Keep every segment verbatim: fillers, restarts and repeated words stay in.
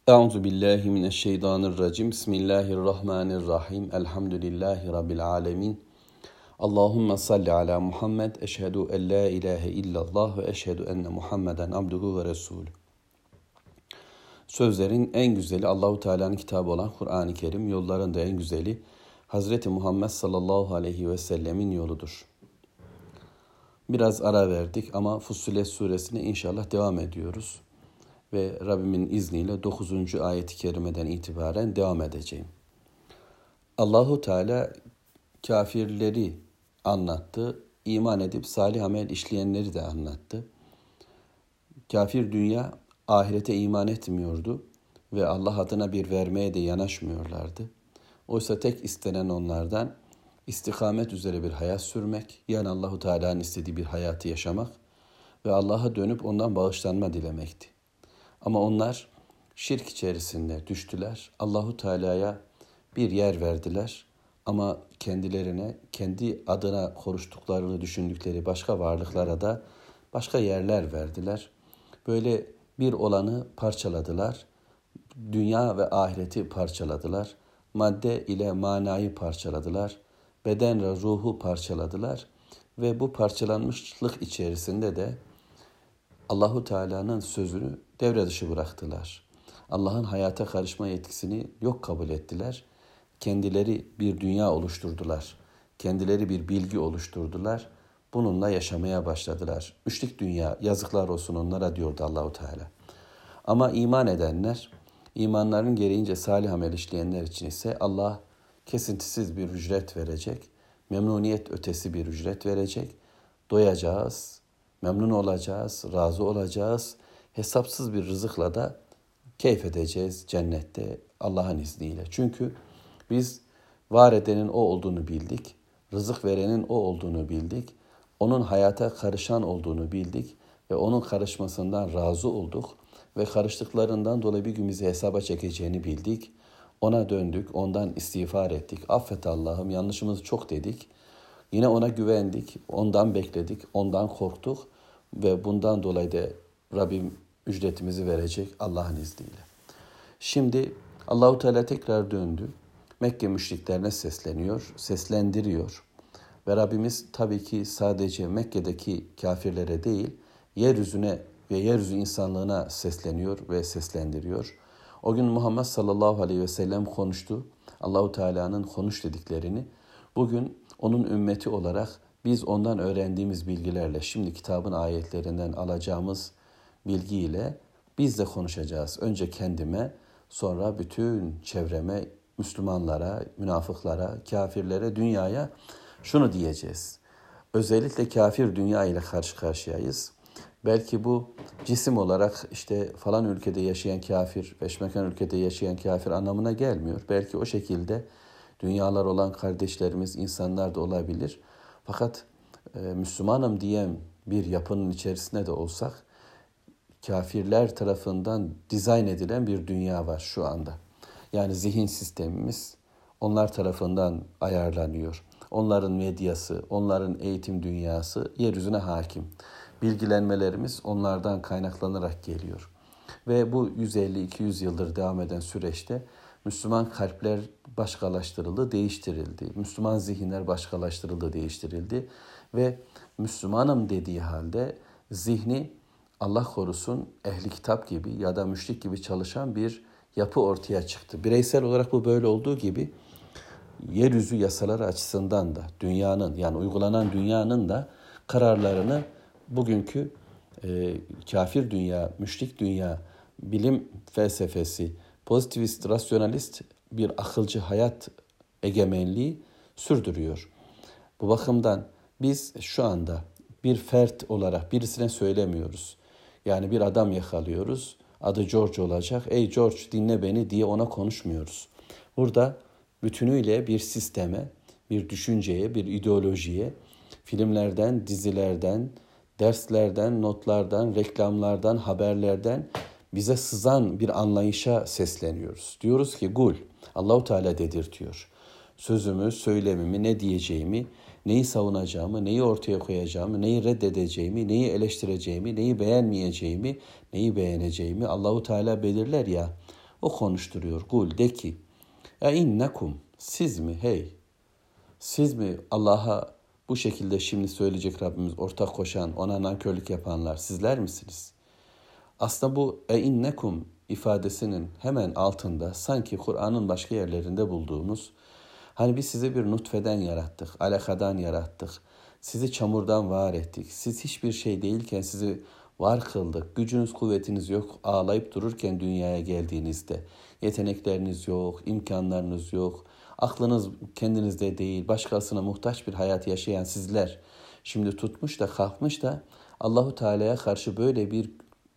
Euzu billahi mineşşeytanirracim. Bismillahirrahmanirrahim. Elhamdülillahi rabbil alamin. Allahumme salli ala Muhammed. Eşhedü en la ilahe illallah ve eşhedü enne Muhammeden abduhu ve resulü. Sözlerin en güzeli Allahu Teala'nın kitabı olan Kur'an-ı Kerim, yolların da en güzeli Hazreti Muhammed sallallahu aleyhi ve sellemin yoludur. Biraz ara verdik ama Fussilet suresine inşallah devam ediyoruz. Ve Rabbimin izniyle dokuzuncu ayet-i kerimeden itibaren devam edeceğim. Allahu Teala kafirleri anlattı, iman edip salih amel işleyenleri de anlattı. Kafir dünya ahirete iman etmiyordu ve Allah adına bir vermeye de yanaşmıyorlardı. Oysa tek istenen onlardan istikamet üzere bir hayat sürmek, yani Allahu Teala'nın istediği bir hayatı yaşamak ve Allah'a dönüp ondan bağışlanma dilemekti. Ama onlar şirk içerisinde düştüler. Allahu Teala'ya bir yer verdiler ama kendilerine, kendi adına konuştuklarını düşündükleri başka varlıklara da başka yerler verdiler. Böyle bir olanı parçaladılar. Dünya ve ahireti parçaladılar. Madde ile manayı parçaladılar. Beden ve ruhu parçaladılar. Ve bu parçalanmışlık içerisinde de Allahu Teala'nın sözünü devre dışı bıraktılar. Allah'ın hayata karışma yetkisini yok kabul ettiler. Kendileri bir dünya oluşturdular. Kendileri bir bilgi oluşturdular. Bununla yaşamaya başladılar. Müşrik dünya, yazıklar olsun onlara diyordu Allahu Teala. Ama iman edenler, imanların gereğince salih amel işleyenler için ise Allah kesintisiz bir ücret verecek. Memnuniyet ötesi bir ücret verecek. Doyacağız, memnun olacağız, razı olacağız. Hesapsız bir rızıkla da keyif edeceğiz cennette Allah'ın izniyle. Çünkü biz var edenin o olduğunu bildik, rızık verenin o olduğunu bildik, onun hayata karışan olduğunu bildik ve onun karışmasından razı olduk ve karıştıklarından dolayı bir gün bizi hesaba çekeceğini bildik. Ona döndük, ondan istiğfar ettik. Affet Allah'ım, yanlışımız çok dedik. Yine ona güvendik, ondan bekledik, ondan korktuk ve bundan dolayı da Rabbim ücretimizi verecek Allah'ın izniyle. Şimdi Allahu Teala tekrar döndü. Mekke müşriklerine sesleniyor, seslendiriyor. Ve Rabbimiz tabii ki sadece Mekke'deki kafirlere değil, yeryüzüne ve yeryüzü insanlığına sesleniyor ve seslendiriyor. O gün Muhammed sallallahu aleyhi ve sellem konuştu. Allahu Teala'nın konuş dediklerini. Bugün onun ümmeti olarak biz ondan öğrendiğimiz bilgilerle, şimdi kitabın ayetlerinden alacağımız bilgiyle biz de konuşacağız. Önce kendime, sonra bütün çevreme, Müslümanlara, münafıklara, kafirlere, dünyaya şunu diyeceğiz. Özellikle kafir dünya ile karşı karşıyayız. Belki bu cisim olarak işte falan ülkede yaşayan kafir, peşmekan ülkede yaşayan kafir anlamına gelmiyor. Belki o şekilde dünyalar olan kardeşlerimiz, insanlar da olabilir. Fakat e, Müslümanım diyen bir yapının içerisinde de olsak, kafirler tarafından dizayn edilen bir dünya var şu anda. Yani zihin sistemimiz onlar tarafından ayarlanıyor. Onların medyası, onların eğitim dünyası yeryüzüne hakim. Bilgilenmelerimiz onlardan kaynaklanarak geliyor. Ve bu yüz elli iki yüz yıldır devam eden süreçte Müslüman kalpler başkalaştırıldı, değiştirildi. Müslüman zihinler başkalaştırıldı, değiştirildi. Ve Müslümanım dediği halde zihni Allah korusun ehli kitap gibi ya da müşrik gibi çalışan bir yapı ortaya çıktı. Bireysel olarak bu böyle olduğu gibi yeryüzü yasaları açısından da dünyanın, yani uygulanan dünyanın da kararlarını bugünkü e, kafir dünya, müşrik dünya, bilim felsefesi, pozitivist, rasyonalist bir akılcı hayat egemenliği sürdürüyor. Bu bakımdan biz şu anda bir fert olarak birisine söylemiyoruz. Yani bir adam yakalıyoruz, adı George olacak, ey George dinle beni diye ona konuşmuyoruz. Burada bütünüyle bir sisteme, bir düşünceye, bir ideolojiye, filmlerden, dizilerden, derslerden, notlardan, reklamlardan, haberlerden bize sızan bir anlayışa sesleniyoruz. Diyoruz ki gul, Allahu Teala dedirtiyor. Sözümü, söylemimi, ne diyeceğimi, neyi savunacağımı, neyi ortaya koyacağımı, neyi reddedeceğimi, neyi eleştireceğimi, neyi beğenmeyeceğimi, neyi beğeneceğimi Allahu Teala belirler ya. O konuşturuyor. Kul de ki e innekum siz mi hey siz mi Allah'a bu şekilde şimdi söyleyecek Rabbimiz ortak koşan, ona nankörlük yapanlar sizler misiniz? Aslında bu e innekum ifadesinin hemen altında sanki Kur'an'ın başka yerlerinde bulduğumuz hani biz sizi bir nutfeden yarattık, alakadan yarattık, sizi çamurdan var ettik, siz hiçbir şey değilken sizi var kıldık, gücünüz kuvvetiniz yok, ağlayıp dururken dünyaya geldiğinizde yetenekleriniz yok, imkanlarınız yok, aklınız kendinizde değil, başkasına muhtaç bir hayat yaşayan sizler şimdi tutmuş da kalkmış da Allahu Teala'ya karşı böyle bir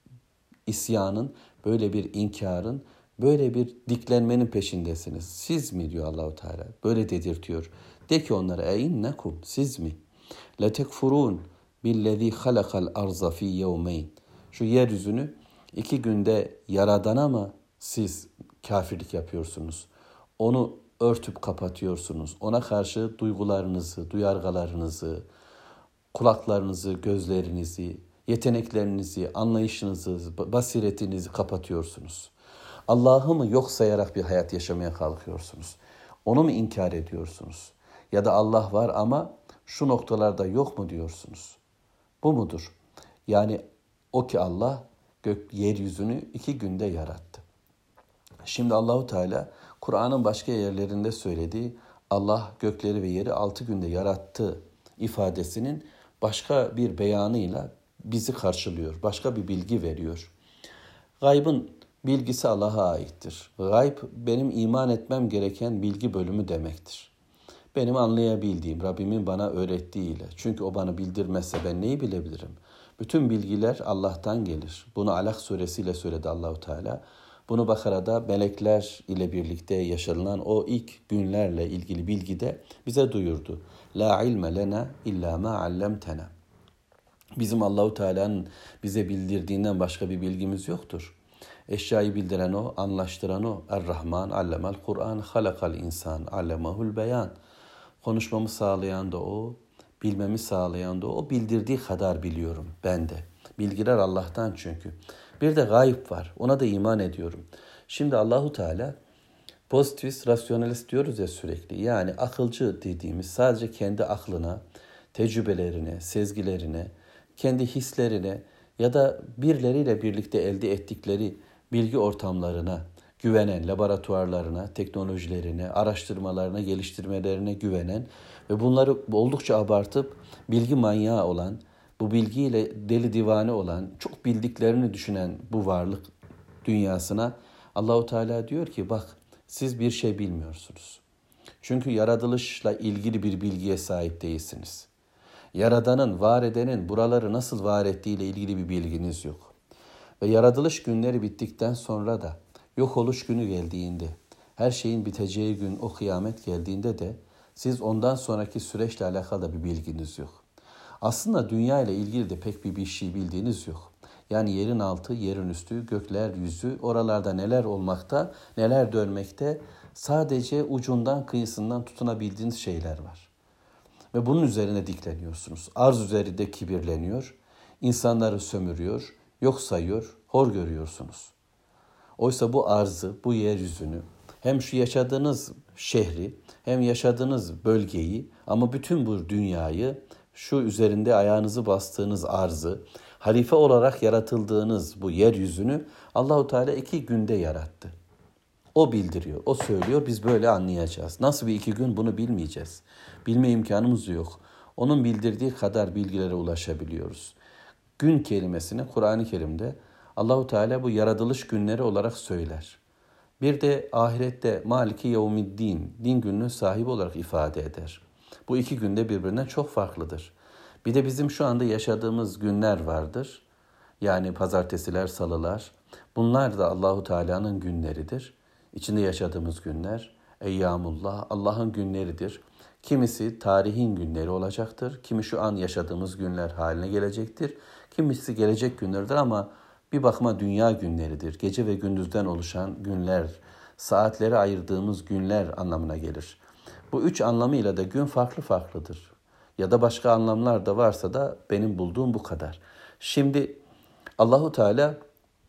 isyanın, böyle bir inkarın, böyle bir diklenmenin peşindesiniz. Siz mi diyor Allahu Teala? Böyle dedirtiyor. De ki onlara e innekum siz mi? La tekfurun billezî halakal arza fî yevmeyn. Şu yeryüzünü iki günde yaradana mı siz kafirlik yapıyorsunuz? Onu örtüp kapatıyorsunuz. Ona karşı duygularınızı, duyargalarınızı, kulaklarınızı, gözlerinizi, yeteneklerinizi, anlayışınızı, basiretinizi kapatıyorsunuz. Allah'ı mı yok sayarak bir hayat yaşamaya kalkıyorsunuz? Onu mu inkar ediyorsunuz? Ya da Allah var ama şu noktalarda yok mu diyorsunuz? Bu mudur? Yani o ki Allah gök yeryüzünü iki günde yarattı. Şimdi Allahu Teala Kur'an'ın başka yerlerinde söylediği Allah gökleri ve yeri altı günde yarattı ifadesinin başka bir beyanıyla bizi karşılıyor. Başka bir bilgi veriyor. Gaybın bilgisi Allah'a aittir. Gayb benim iman etmem gereken bilgi bölümü demektir. Benim anlayabildiğim, Rabbimin bana öğrettiğiyle. Çünkü o bana bildirmezse ben neyi bilebilirim? Bütün bilgiler Allah'tan gelir. Bunu Alak suresiyle söyledi Allahu Teala. Bunu Bakara'da melekler ile birlikte yaşanılan o ilk günlerle ilgili bilgide bize duyurdu. La ilme lena illa ma allamtena. Bizim Allahu Teala'nın bize bildirdiğinden başka bir bilgimiz yoktur. Eşyayı bildiren o, anlaştıran o. Er-Rahman allemel Kur'an, halakal insan, allemahul beyan. Konuşmamı sağlayan da o, bilmemi sağlayan da o. O bildirdiği kadar biliyorum ben de. Bilgiler Allah'tan çünkü. Bir de gayb var. Ona da iman ediyorum. Şimdi Allahu Teala pozitivist, rasyonalist diyoruz ya sürekli. Yani akılcı dediğimiz sadece kendi aklına, tecrübelerine, sezgilerine, kendi hislerine ya da birileriyle birlikte elde ettikleri bilgi ortamlarına güvenen, laboratuvarlarına, teknolojilerine, araştırmalarına, geliştirmelerine güvenen ve bunları oldukça abartıp bilgi manyağı olan, bu bilgiyle deli divane olan, çok bildiklerini düşünen bu varlık dünyasına Allahu Teala diyor ki bak siz bir şey bilmiyorsunuz. Çünkü yaratılışla ilgili bir bilgiye sahip değilsiniz. Yaradanın, var edenin buraları nasıl var ettiğiyle ilgili bir bilginiz yok. Ve yaratılış günleri bittikten sonra da yok oluş günü geldiğinde, her şeyin biteceği gün o kıyamet geldiğinde de siz ondan sonraki süreçle alakalı bir bilginiz yok. Aslında dünya ile ilgili de pek bir bir şey bildiğiniz yok. Yani yerin altı, yerin üstü, gökler yüzü, oralarda neler olmakta, neler dönmekte, sadece ucundan kıyısından tutunabildiğiniz şeyler var. Ve bunun üzerine dikleniyorsunuz. Arz üzerinde kibirleniyor, insanları sömürüyor, yok sayıyor, hor görüyorsunuz. Oysa bu arzı, bu yeryüzünü, hem şu yaşadığınız şehri, hem yaşadığınız bölgeyi ama bütün bu dünyayı, şu üzerinde ayağınızı bastığınız arzı, halife olarak yaratıldığınız bu yeryüzünü Allahu Teala iki günde yarattı. O bildiriyor, o söylüyor, biz böyle anlayacağız. Nasıl bir iki gün bunu bilmeyeceğiz. Bilme imkanımız yok. Onun bildirdiği kadar bilgilere ulaşabiliyoruz. Gün kelimesini Kur'an-ı Kerim'de Allahu Teala bu yaratılış günleri olarak söyler. Bir de ahirette Maliki Yevmiddin, din gününün sahibi olarak ifade eder. Bu iki günde birbirinden çok farklıdır. Bir de bizim şu anda yaşadığımız günler vardır. Yani pazartesiler, salılar. Bunlar da Allahu Teala'nın günleridir. İçinde yaşadığımız günler. Eyyamullah, Allah'ın günleridir. Kimisi tarihin günleri olacaktır. Kimi şu an yaşadığımız günler haline gelecektir. Kimisi gelecek günlerdir ama bir bakıma dünya günleridir. Gece ve gündüzden oluşan günler, saatleri ayırdığımız günler anlamına gelir. Bu üç anlamıyla da gün farklı farklıdır. Ya da başka anlamlar da varsa da benim bulduğum bu kadar. Şimdi Allahu Teala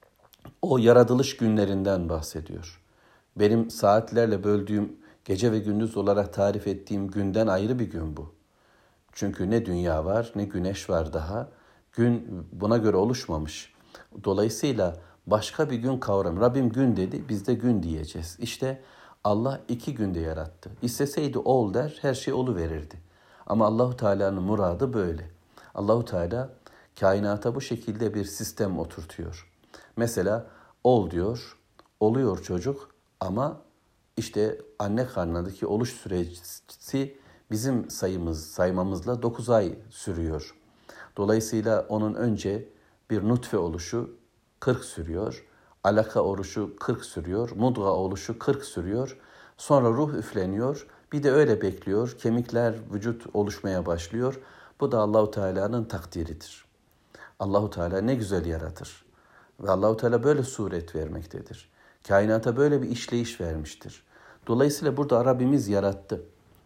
O yaratılış günlerinden bahsediyor. Benim saatlerle böldüğüm, gece ve gündüz olarak tarif ettiğim günden ayrı bir gün bu. Çünkü ne dünya var ne güneş var daha. Gün buna göre oluşmamış. Dolayısıyla başka bir gün kavramı. Rabbim gün dedi, biz de gün diyeceğiz. İşte Allah iki günde yarattı. İsteseydi ol der, her şey oluverirdi. Ama Allahu Teala'nın muradı böyle. Allahu Teala kainata bu şekilde bir sistem oturtuyor. Mesela ol diyor, oluyor çocuk ama işte anne karnındaki oluş süresi bizim sayımız, saymamızla dokuz ay sürüyor. Dolayısıyla onun önce bir nutfe oluşu kırk sürüyor. Alaka oluşu kırk sürüyor. Mudga oluşu kırk sürüyor. Sonra ruh üfleniyor. Bir de öyle bekliyor. Kemikler, vücut oluşmaya başlıyor. Bu da Allahu Teala'nın takdiridir. Allahu Teala ne güzel yaratır. Ve Allahu Teala böyle suret vermektedir. Kainata böyle bir işleyiş vermiştir. Dolayısıyla burada Rabbimiz yarattı.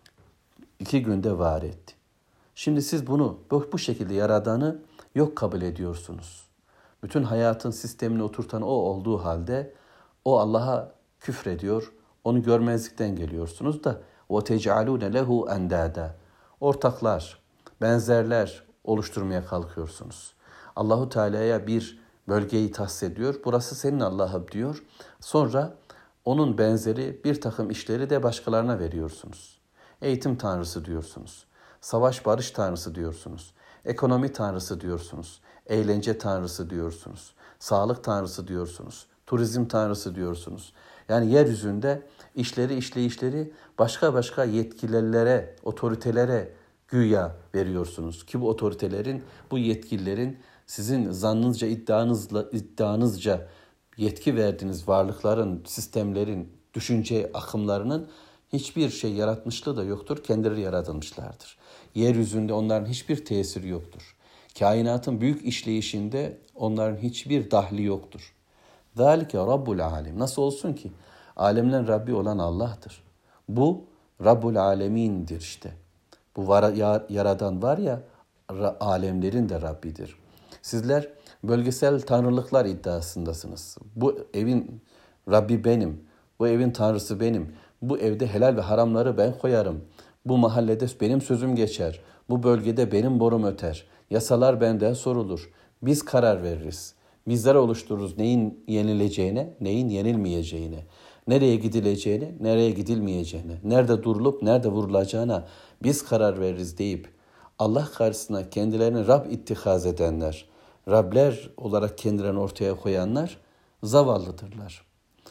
İki günde var etti. Şimdi siz bunu bu şekilde yaradanı yok kabul ediyorsunuz. Bütün hayatın sistemini oturtan o olduğu halde o Allah'a küfrediyor, onu görmezlikten geliyorsunuz da وَتَجْعَلُونَ لَهُ اَنْدَادًا ortaklar, benzerler oluşturmaya kalkıyorsunuz. Allahu Teala'ya bir bölgeyi tahsis ediyor. Burası senin Allah'ım diyor. Sonra onun benzeri bir takım işleri de başkalarına veriyorsunuz. Eğitim tanrısı diyorsunuz. Savaş barış tanrısı diyorsunuz. Ekonomi tanrısı diyorsunuz. Eğlence tanrısı diyorsunuz. Sağlık tanrısı diyorsunuz. Turizm tanrısı diyorsunuz. Yani yeryüzünde işleri işleyişleri başka başka yetkililere, otoritelere güya veriyorsunuz. Ki bu otoritelerin, bu yetkililerin sizin zannınızca, iddianızla, iddianızca yetki verdiğiniz varlıkların, sistemlerin, düşünce akımlarının hiçbir şey yaratmışlığı da yoktur. Kendileri yaratılmışlardır. Yeryüzünde onların hiçbir tesiri yoktur. Kainatın büyük işleyişinde onların hiçbir dahli yoktur. ذَٰلِكَ Rabbul Alem. Nasıl olsun ki? Alemlerin Rabbi olan Allah'tır. Bu Rabbul Alemin'dir işte. Bu var, yaradan var ya, alemlerin de Rabbidir. Sizler bölgesel tanrılıklar iddiasındasınız. Bu evin Rabbi benim, bu evin tanrısı benim. Bu evde helal ve haramları ben koyarım. Bu mahallede benim sözüm geçer. Bu bölgede benim borum öter. Yasalar benden sorulur. Biz karar veririz. Bizler oluştururuz neyin yenileceğine, neyin yenilmeyeceğine. Nereye gidileceğine, nereye gidilmeyeceğine. Nerede durulup nerede vurulacağına biz karar veririz deyip Allah karşısına kendilerini Rab ittihaz edenler, Rabler olarak kendilerini ortaya koyanlar zavallıdırlar.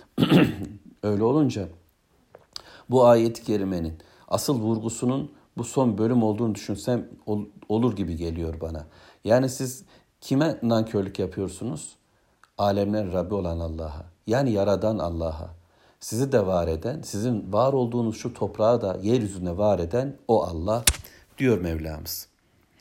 Öyle olunca bu ayet-i kerimenin asıl vurgusunun bu son bölüm olduğunu düşünsem ol, olur gibi geliyor bana. Yani siz kime nankörlük yapıyorsunuz? Alemlerin Rabbi olan Allah'a. Yani yaradan Allah'a. Sizi de var eden, sizin var olduğunuz şu toprağı da yeryüzüne var eden o Allah diyor Mevlamız.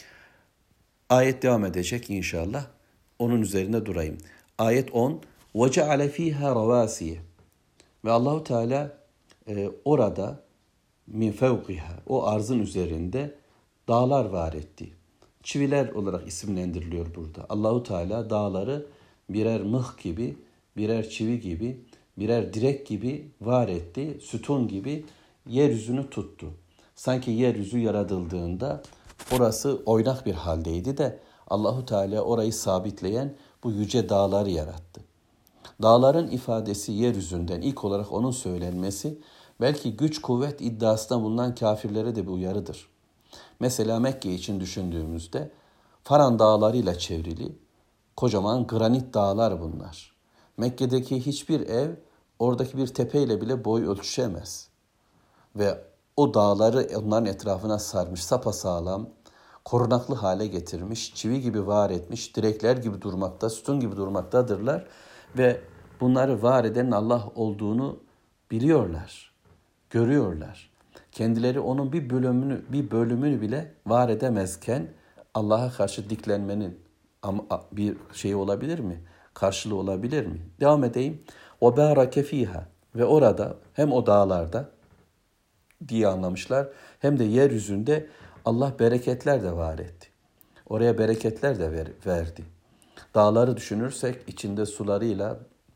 Ayet devam edecek inşallah. Onun üzerinde durayım. Ayet on. وَجَعَلَ ف۪يهَا رَوَاسِيَ Ve Allahu Teala e, orada min fevkiha, o arzın üzerinde dağlar var etti. Çiviler olarak isimlendiriliyor burada. Allahu Teala dağları birer mıh gibi, birer çivi gibi, birer direk gibi var etti. Sütun gibi yeryüzünü tuttu. Sanki yeryüzü yaratıldığında orası oynak bir haldeydi de Allahu Teala orayı sabitleyen bu yüce dağları yarattı. Dağların ifadesi yeryüzünden ilk olarak onun söylenmesi belki güç kuvvet iddiasında bulunan kafirlere de bir uyarıdır. Mesela Mekke için düşündüğümüzde Faran dağlarıyla çevrili kocaman granit dağlar bunlar. Mekke'deki hiçbir ev oradaki bir tepeyle bile boy ölçüşemez. Ve o dağları onların etrafına sarmış, sapasağlam, korunaklı hale getirmiş, çivi gibi var etmiş, direkler gibi durmakta, sütun gibi durmaktadırlar. Ve bunları var edenin Allah olduğunu biliyorlar, görüyorlar. Kendileri onun bir bölümünü, bir bölümünü bile var edemezken Allah'a karşı diklenmenin bir şeyi olabilir mi? Karşılığı olabilir mi? Devam edeyim. وَبَارَكَ ف۪يهَا Ve orada hem o dağlarda diye anlamışlar hem de yeryüzünde Allah bereketler de var etti. Oraya bereketler de ver, verdi. Dağları düşünürsek içinde sularıyla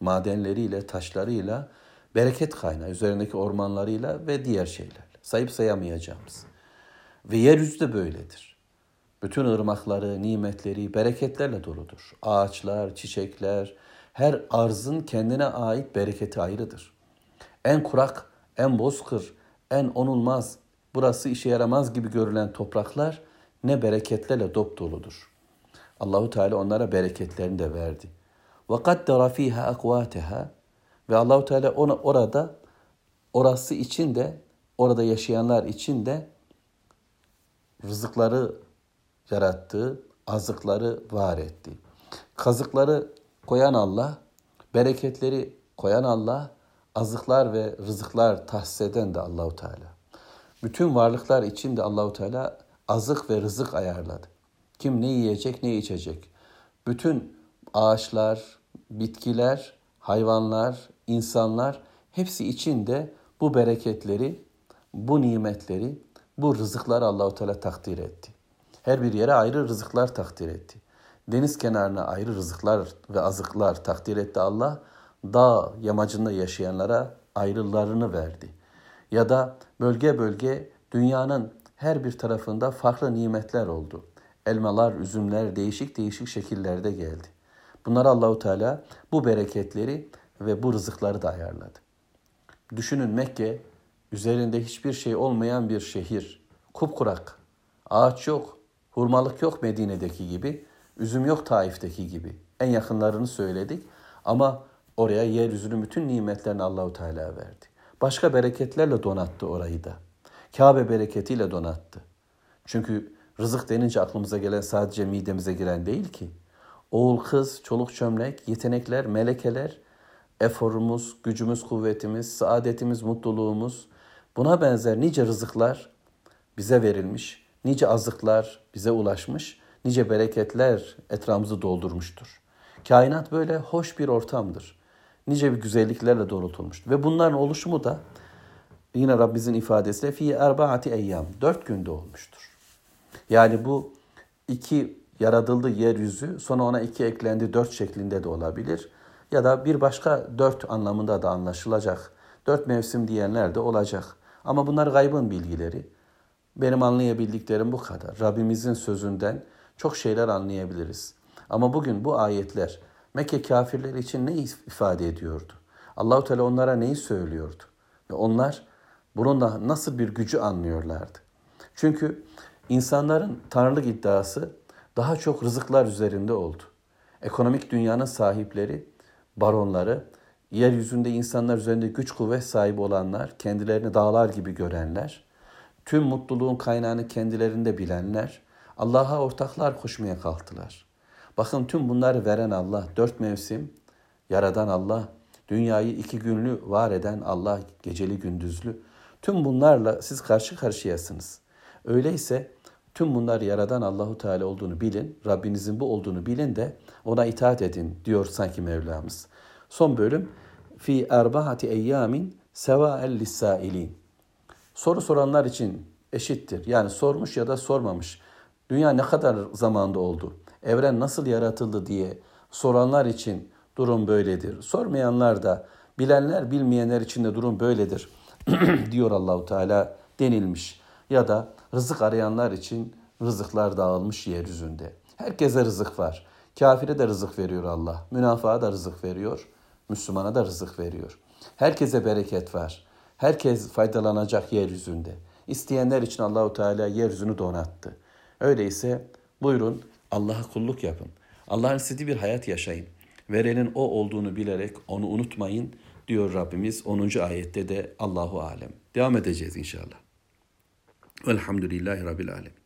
madenleriyle, taşlarıyla, bereket kaynağı, üzerindeki ormanlarıyla ve diğer şeylerle. Sayıp sayamayacağımız. Ve yeryüzü de böyledir. Bütün ırmakları, nimetleri, bereketlerle doludur. Ağaçlar, çiçekler, her arzın kendine ait bereketi ayrıdır. En kurak, en bozkır, en onulmaz, burası işe yaramaz gibi görülen topraklar ne bereketlerle dop doludur. Allahu Teala onlara bereketlerini de verdi. وَقَدَّرَ ف۪يهَا اَقْوَاتِهَا Ve Allahu Teala onu orada, orası için de, orada yaşayanlar için de rızıkları yarattı, azıkları var etti. Kazıkları koyan Allah, bereketleri koyan Allah, azıklar ve rızıklar tahsis eden de Allahu Teala. Bütün varlıklar için de Allahu Teala azık ve rızık ayarladı. Kim ne yiyecek, ne içecek. Bütün ağaçlar, bitkiler, hayvanlar, insanlar hepsi için de bu bereketleri, bu nimetleri, bu rızıkları Allahu Teala takdir etti. Her bir yere ayrı rızıklar takdir etti. Deniz kenarına ayrı rızıklar ve azıklar takdir etti Allah. Dağ yamacında yaşayanlara ayrılarını verdi. Ya da bölge bölge dünyanın her bir tarafında farklı nimetler oldu. Elmalar, üzümler değişik değişik şekillerde geldi. Bunları Allahu Teala bu bereketleri ve bu rızıkları da ayarladı. Düşünün Mekke üzerinde hiçbir şey olmayan bir şehir. Kupkurak. Ağaç yok, hurmalık yok Medine'deki gibi, üzüm yok Taif'teki gibi. En yakınlarını söyledik ama oraya yeryüzünün bütün nimetlerini Allahu Teala verdi. Başka bereketlerle donattı orayı da. Kabe bereketiyle donattı. Çünkü rızık denince aklımıza gelen sadece midemize giren değil ki. Oğul, kız, çoluk, çömlek, yetenekler, melekeler, eforumuz, gücümüz, kuvvetimiz, saadetimiz, mutluluğumuz, buna benzer nice rızıklar bize verilmiş, nice azıklar bize ulaşmış, nice bereketler etrafımızı doldurmuştur. Kainat böyle hoş bir ortamdır. Nice bir güzelliklerle donatılmıştır. Ve bunların oluşumu da yine Rabbimizin ifadesiyle fi erbaati eyyam, dört günde olmuştur. Yani bu iki yaratıldı yeryüzü, sonra ona iki eklendi dört şeklinde de olabilir. Ya da bir başka dört anlamında da anlaşılacak. Dört mevsim diyenler de olacak. Ama bunlar gaybın bilgileri. Benim anlayabildiklerim bu kadar. Rabbimizin sözünden çok şeyler anlayabiliriz. Ama bugün bu ayetler Mekke kafirleri için ne ifade ediyordu? Allahu Teala onlara neyi söylüyordu? Ve onlar bununla nasıl bir gücü anlıyorlardı? Çünkü insanların tanrılık iddiası daha çok rızıklar üzerinde oldu. Ekonomik dünyanın sahipleri, baronları, yeryüzünde insanlar üzerinde güç kuvvet sahibi olanlar, kendilerini dağlar gibi görenler, tüm mutluluğun kaynağını kendilerinde bilenler, Allah'a ortaklar koşmaya kalktılar. Bakın tüm bunları veren Allah, dört mevsim yaradan Allah, dünyayı iki günlü var eden Allah, geceli gündüzlü. Tüm bunlarla siz karşı karşıyasınız. Öyleyse tüm bunları yaradan Allahu Teala olduğunu bilin, Rabbinizin bu olduğunu bilin de ona itaat edin diyor sanki Mevlamız. Son bölüm fi erbaati eyyamin sevâ'el lissailin. Soru soranlar için eşittir. Yani sormuş ya da sormamış. Dünya ne kadar zamanda oldu? Evren nasıl yaratıldı diye soranlar için durum böyledir. Sormayanlar da bilenler bilmeyenler için de durum böyledir diyor Allahu Teala denilmiş. Ya da rızık arayanlar için rızıklar dağılmış yeryüzünde. Herkese rızık var. Kafire de rızık veriyor Allah. Münafığa da rızık veriyor. Müslümana da rızık veriyor. Herkese bereket var. Herkes faydalanacak yeryüzünde. İsteyenler için Allahu Teala yeryüzünü donattı. Öyleyse buyurun Allah'a kulluk yapın. Allah'ın istediği bir hayat yaşayın. Verenin o olduğunu bilerek onu unutmayın diyor Rabbimiz onuncu ayette de Allahu alem. Devam edeceğiz inşallah. Velhamdülillahi Rabbil alemin.